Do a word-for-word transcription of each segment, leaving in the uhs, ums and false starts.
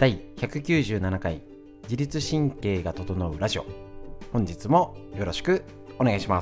だいひゃくきゅうじゅうななかい自律神経が整うラジオ、本日もよろしくお願いします。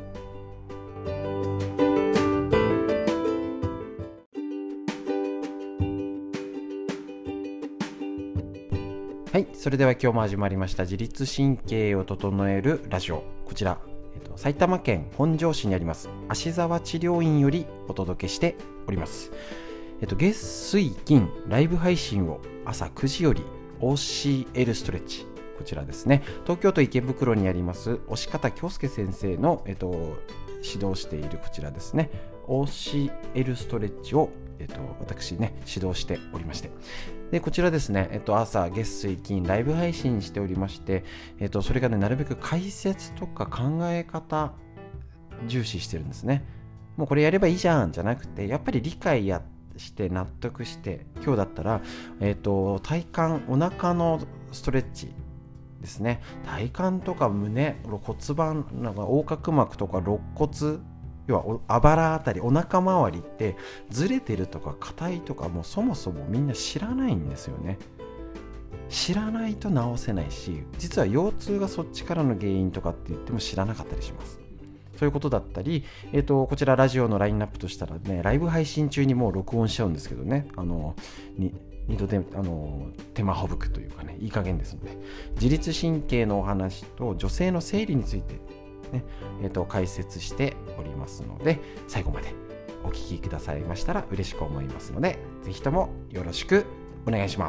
はい、それでは今日も始まりました自律神経を整えるラジオ。こちら、えっと、埼玉県本庄市にあります芦沢治療院よりお届けしております。えっと、月水金ライブ配信を朝くじより オーシーエル ストレッチ、こちらですね、東京都池袋にあります押方京介先生の、えっと、指導しているこちらですね オーシーエル ストレッチを、えっと、私ね指導しておりまして、でこちらですね、えっと、朝月水金ライブ配信しておりまして、えっと、それがねなるべく解説とか考え方重視してるんですね。もうこれやればいいじゃんじゃなくて、やっぱり理解やして納得して、今日だったら、えっと、体幹お腹のストレッチですね。体幹とか胸、骨盤、なんか横隔膜とか肋骨、要はあばらあたり、お腹周りってずれてるとか硬いとか、もうそもそもみんな知らないんですよね。知らないと治せないし、実は腰痛がそっちからの原因とかって言っても知らなかったりします。そういうことだったり、えーと、こちらラジオのラインナップとしたらね、ライブ配信中にもう録音しちゃうんですけどね、あのに二度手あの手間省くというかね、いい加減ですので、自律神経のお話と女性の生理について、ねえーと、解説しておりますので、最後までお聞きくださいましたら嬉しく思いますので、ぜひともよろしくお願いします。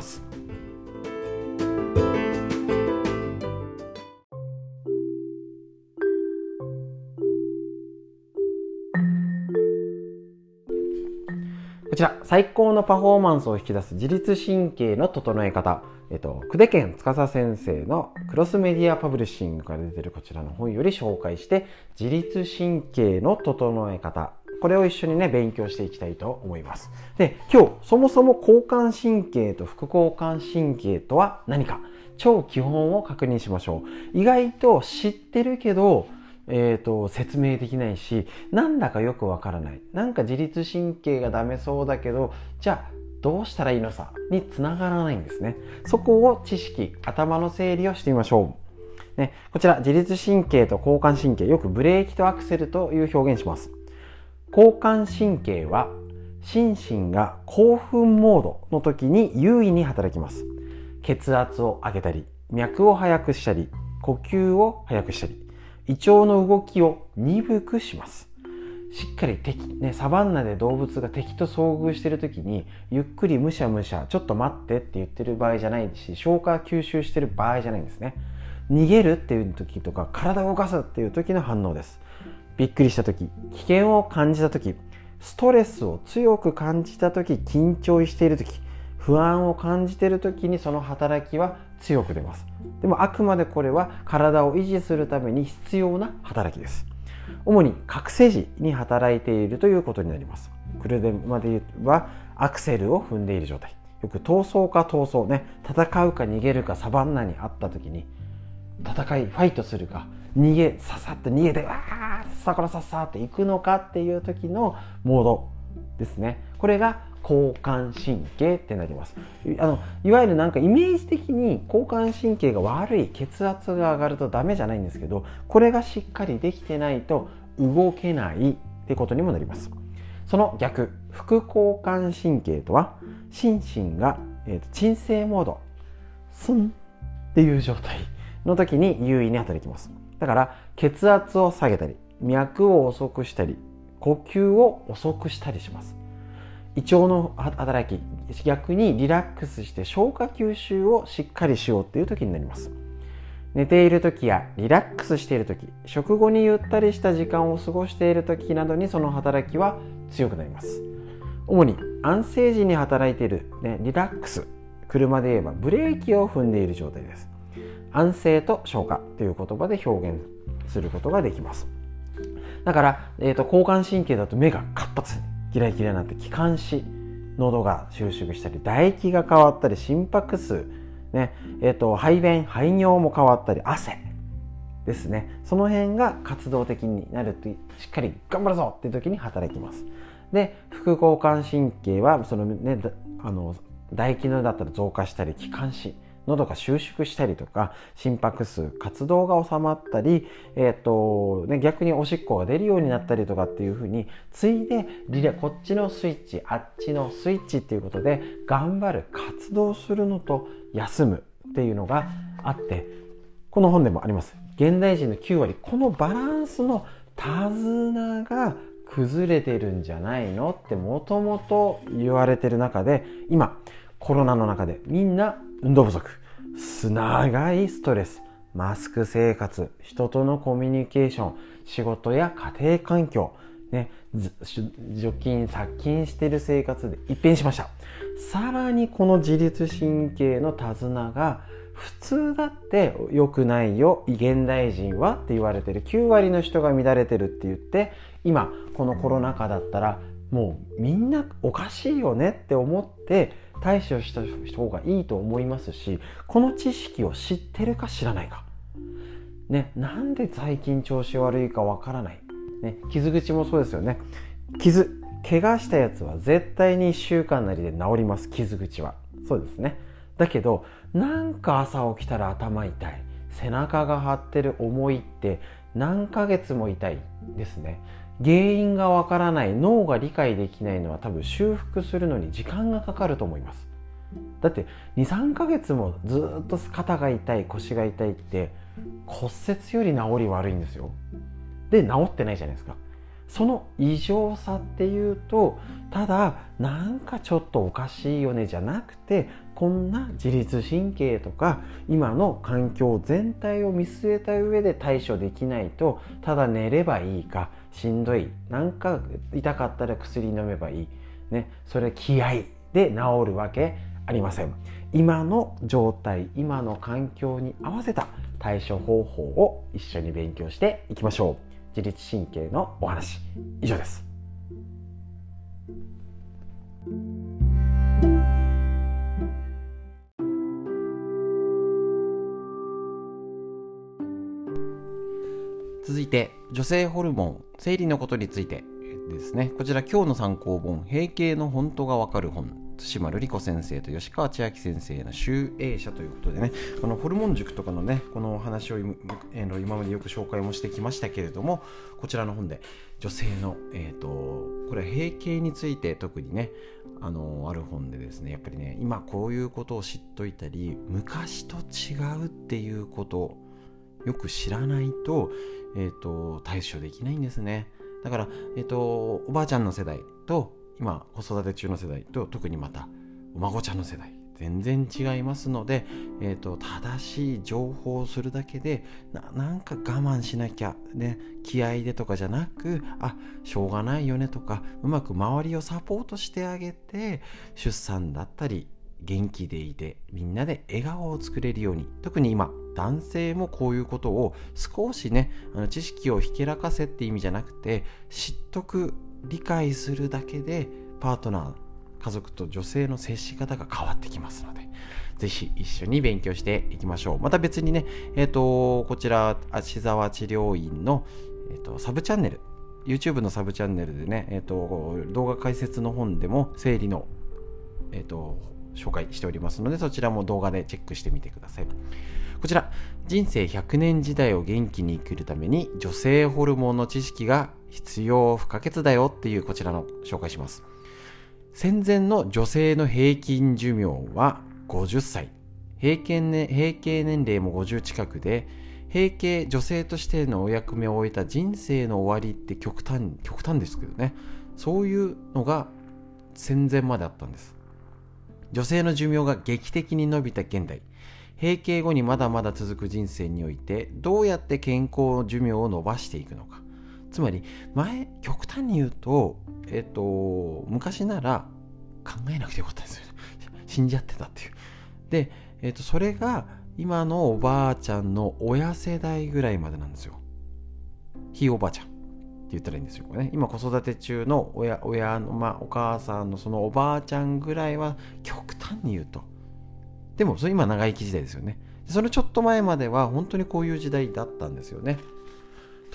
こちら、最高のパフォーマンスを引き出す自律神経の整え方、えっと、久手堅司先生のクロスメディアパブリッシングから出ているこちらの本より紹介して、自律神経の整え方、これを一緒にね勉強していきたいと思います。で、今日そもそも交感神経と副交感神経とは何か、超基本を確認しましょう。意外と知ってるけどえーと、説明できないし、なんだかよくわからない。なんか自律神経がダメそうだけど、じゃあどうしたらいいのさにつながらないんですね。そこを知識、頭の整理をしてみましょう。ね、こちら自律神経と交感神経、よくブレーキとアクセルという表現します。交感神経は心身が興奮モードの時に優位に働きます。血圧を上げたり、脈を速くしたり、呼吸を速くしたり、胃腸の動きを鈍くします。しっかり敵、ね、サバンナで動物が敵と遭遇している時に、ゆっくりむしゃむしゃちょっと待ってって言ってる場合じゃないし、消化吸収してる場合じゃないんですね。逃げるっていう時とか、体を動かすっていう時の反応です。びっくりした時、危険を感じた時、ストレスを強く感じた時、緊張している時、不安を感じている時にその働きは強く出ます。でもあくまでこれは体を維持するために必要な働きです。主に覚醒時に働いているということになります。車で言えばアクセルを踏んでいる状態。よく逃走か逃走ね、戦うか逃げるか、サバンナにあった時に戦いファイトするか、逃げささっと逃げてわーさこらさっさって行くのかっていう時のモードですね。これが交感神経ってなります。あのいわゆるなんかイメージ的に交感神経が悪い、血圧が上がるとダメじゃないんですけど、これがしっかりできてないと動けないってことにもなります。その逆、副交感神経とは心身が、えーと、鎮静モード、スンっていう状態の時に優位に働きます。だから血圧を下げたり、脈を遅くしたり、呼吸を遅くしたりします。胃腸の働き、逆にリラックスして消化吸収をしっかりしようっていう時になります。寝ている時やリラックスしている時、食後にゆったりした時間を過ごしている時などにその働きは強くなります。主に安静時に働いている、ね、リラックス、車で言えばブレーキを踏んでいる状態です。安静と消化という言葉で表現することができます。だから、えーと、交感神経だと目が活発、キラキラになって気管支、喉が収縮したり、唾液が変わったり、心拍数、ねえーと、排便、排尿も変わったり、汗ですね。その辺が活動的になると、しっかり頑張るぞっていう時に働きます。で、副交感神経はその、ね、あの唾液のだったら増加したり、気管支喉が収縮したりとか、心拍数活動が収まったり、えーとね、逆におしっこが出るようになったりとかっていう風に、ついでリレこっちのスイッチあっちのスイッチっていうことで頑張る、活動するのと休むっていうのがあって、この本でもあります。現代人のきゅうわり、このバランスの手綱が崩れてるんじゃないのってもともと言われてる中で、今コロナの中でみんな運動不足、長いストレス、マスク生活、人とのコミュニケーション、仕事や家庭環境、ね、除菌殺菌している生活で一変しました。さらにこの自律神経の手綱が普通だって良くないよ、現代人はって言われてるきゅうわりの人が乱れてるって言って、今このコロナ禍だったらもうみんなおかしいよねって思って対処した方がいいと思いますし、この知識を知ってるか知らないか、ね、なんで最近調子悪いかわからない、ね、傷口もそうですよね。傷怪我したやつは絶対にいっしゅうかんなりで治ります。傷口はそうですね。だけどなんか朝起きたら頭痛い、背中が張ってる、重いって何ヶ月も痛いですね。原因がわからない、脳が理解できないのは多分修復するのに時間がかかると思います。だってにさんかげつもずっと肩が痛い、腰が痛いって骨折より治り悪いんですよ。で治ってないじゃないですか。その異常さっていうと、ただなんかちょっとおかしいよねじゃなくて、こんな自律神経とか今の環境全体を見据えた上で対処できないと、ただ寝ればいいか、しんどい、なんか痛かったら薬飲めばいい、ね、それ気合で治るわけありません。今の状態、今の環境に合わせた対処方法を一緒に勉強していきましょう。自律神経のお話、以上です。続いて女性ホルモン、生理のことについてですね。こちら今日の参考本、閉経の本当がわかる本、対馬瑠璃子先生と吉川千明先生の集英社ということでね、このホルモン塾とかのね、このお話を今までよく紹介もしてきましたけれども、こちらの本で女性の、えーと、これは閉経について特にね、あのある本でですね、やっぱりね、今こういうことを知っといたり、昔と違うっていうことをよく知らないと、えーと、対処できないんですね。だから、えーと、おばあちゃんの世代と今子育て中の世代と、特にまたお孫ちゃんの世代全然違いますので、えーと、正しい情報をするだけで な, なんか我慢しなきゃ、ね、気合でとかじゃなく、あ、しょうがないよねとか、うまく周りをサポートしてあげて、出産だったり元気でいてみんなで笑顔を作れるように、特に今男性もこういうことを少しね、あの知識をひけらかせって意味じゃなくて、知っとく、理解するだけでパートナー、家族と女性の接し方が変わってきますので、ぜひ一緒に勉強していきましょう。また別にね、えっとこちら芦沢治療院の、えっとサブチャンネル、 YouTube のサブチャンネルでね、えっと動画解説の本でも生理の、えっと紹介しておりますので、そちらも動画でチェックしてみてください。こちら、人生ひゃくねん時代を元気に生きるために女性ホルモンの知識が必要不可欠だよっていう、こちらの紹介します。戦前の女性の平均寿命はごじゅっさい、平均、ね、平均年齢もごじゅう近くで、閉経、女性としてのお役目を終えた人生の終わりって極端極端ですけどね、そういうのが戦前まであったんです。女性の寿命が劇的に伸びた現代、閉経後にまだまだ続く人生において、どうやって健康寿命を伸ばしていくのか。つまり前、極端に言うと、えっと昔なら考えなくてよかったんですよね。死んじゃってたっていう。で、えっとそれが今のおばあちゃんの親世代ぐらいまでなんですよ。ひいおばあちゃんって言ったらいいんですよ、これね。今子育て中の親親の、まあ、お母さんのそのおばあちゃんぐらいは、極端に言うと。でもそれ今長生き時代ですよね。そのちょっと前までは本当にこういう時代だったんですよね。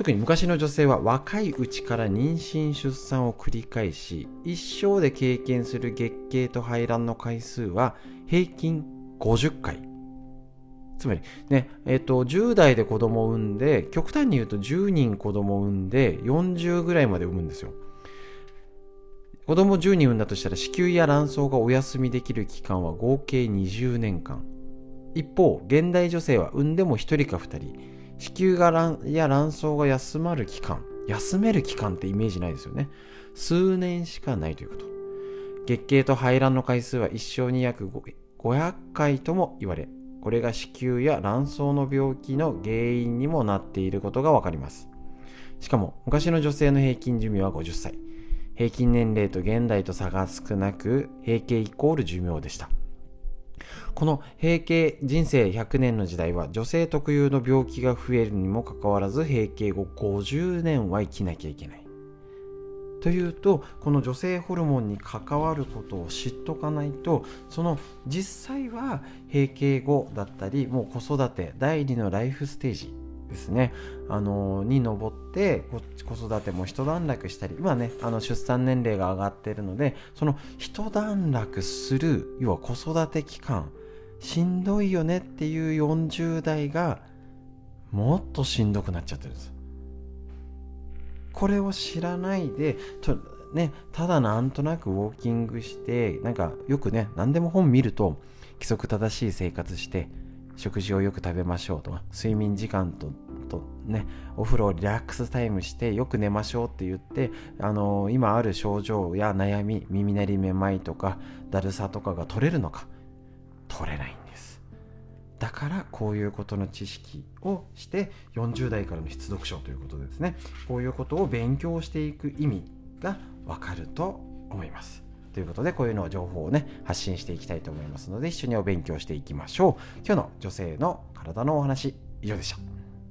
特に昔の女性は若いうちから妊娠出産を繰り返し、一生で経験する月経と排卵の回数は平均ごじゅっかい。つまりね、えっと、じゅう代で子供を産んで、極端に言うとじゅうにん子供を産んでよんじゅうぐらいまで産むんですよ。子供じゅうにん産んだとしたら、子宮や卵巣がお休みできる期間は合計にじゅうねんかん。一方、現代女性は産んでもひとりかふたり、子宮が卵や卵巣が休まる期間、休める期間ってイメージないですよね。数年しかないということ。月経と排卵の回数は一生に約ごひゃっかいとも言われ、これが子宮や卵巣の病気の原因にもなっていることがわかります。しかも昔の女性の平均寿命はごじゅっさい。平均年齢と現代と差が少なく、閉経イコール寿命でした。この閉経人生ひゃくねんの時代は、女性特有の病気が増えるにもかかわらず、閉経後ごじゅうねんは生きなきゃいけない。というと、この女性ホルモンに関わることを知っとかないと、その実際は閉経後だったり、もう子育て第二のライフステージですね、あのに上って子育ても一段落したり、今ね、あの出産年齢が上がっているので、その一段落する、要は子育て期間しんどいよねっていうよんじゅう代がもっとしんどくなっちゃってるんです。これを知らないでと、ね、ただなんとなくウォーキングして、なんかよくね、何でも本見ると、規則正しい生活して食事をよく食べましょうとか、睡眠時間ととね、お風呂リラックスタイムしてよく寝ましょうって言って、あのー、今ある症状や悩み、耳鳴りめまいとかだるさとかが取れるのか、取れないんです。だからこういうことの知識をして、よんじゅう代からの必読書ということですね、こういうことを勉強していく意味がわかると思います。ということで、こういうのを情報をね、発信していきたいと思いますので、一緒にお勉強していきましょう。今日の女性の体のお話、以上でした。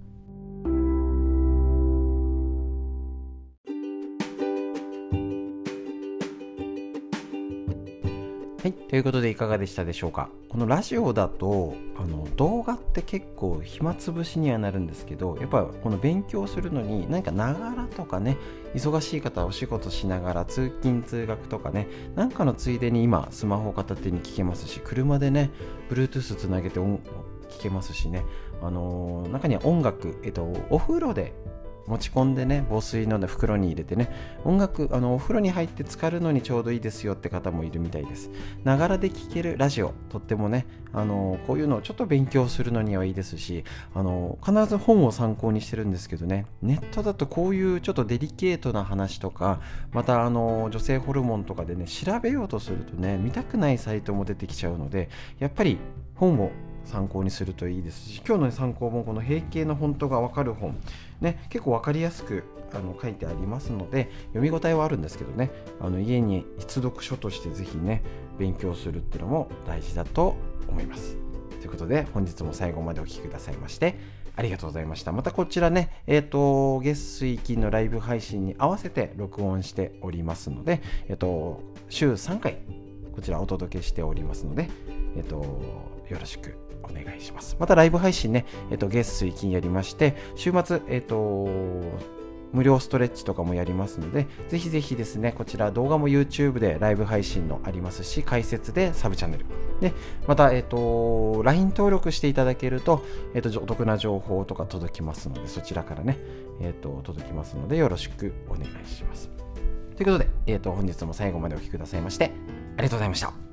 はい、ということでいかがでしたでしょうか。このラジオだとあの動画って結構暇つぶしにはなるんですけど、やっぱこの勉強するのに何かながらとかね、忙しい方はお仕事しながら通勤通学とかね、なんかのついでに今スマホ片手に聞けますし、車でね Bluetooth つなげて音聞けますしね、あのー、中には音楽、えっと、お風呂で持ち込んでね、防水の袋に入れてね、音楽、あのお風呂に入って浸かるのにちょうどいいですよって方もいるみたいです。ながらで聴けるラジオ、とってもね、あのこういうのをちょっと勉強するのにはいいですし、あの必ず本を参考にしてるんですけどね、ネットだとこういうちょっとデリケートな話とか、またあの女性ホルモンとかでね、調べようとするとね、見たくないサイトも出てきちゃうので、やっぱり本を参考にするといいですし、今日の、ね、参考本、この閉経の本当が分かる本、ね、結構分かりやすくあの書いてありますので、読み応えはあるんですけどね、あの家に必読書としてぜひね、勉強するっていうのも大事だと思います。ということで、本日も最後までお聞きくださいましてありがとうございました。またこちらね、えっと、月水金のライブ配信に合わせて録音しておりますので、えっと、週さんかいこちらお届けしておりますので、えっと、よろしくお願いします。またライブ配信ね、えっと、月水金やりまして、週末、えっと、無料ストレッチとかもやりますので、ぜひぜひですね、こちら動画も YouTube でライブ配信のありますし、解説でサブチャンネルで、また、えっと、ライン 登録していただけると、えっと、お得な情報とか届きますので、そちらからね、えっと、届きますので、よろしくお願いします。ということで、えっと、本日も最後までお聞きくださいましてありがとうございました。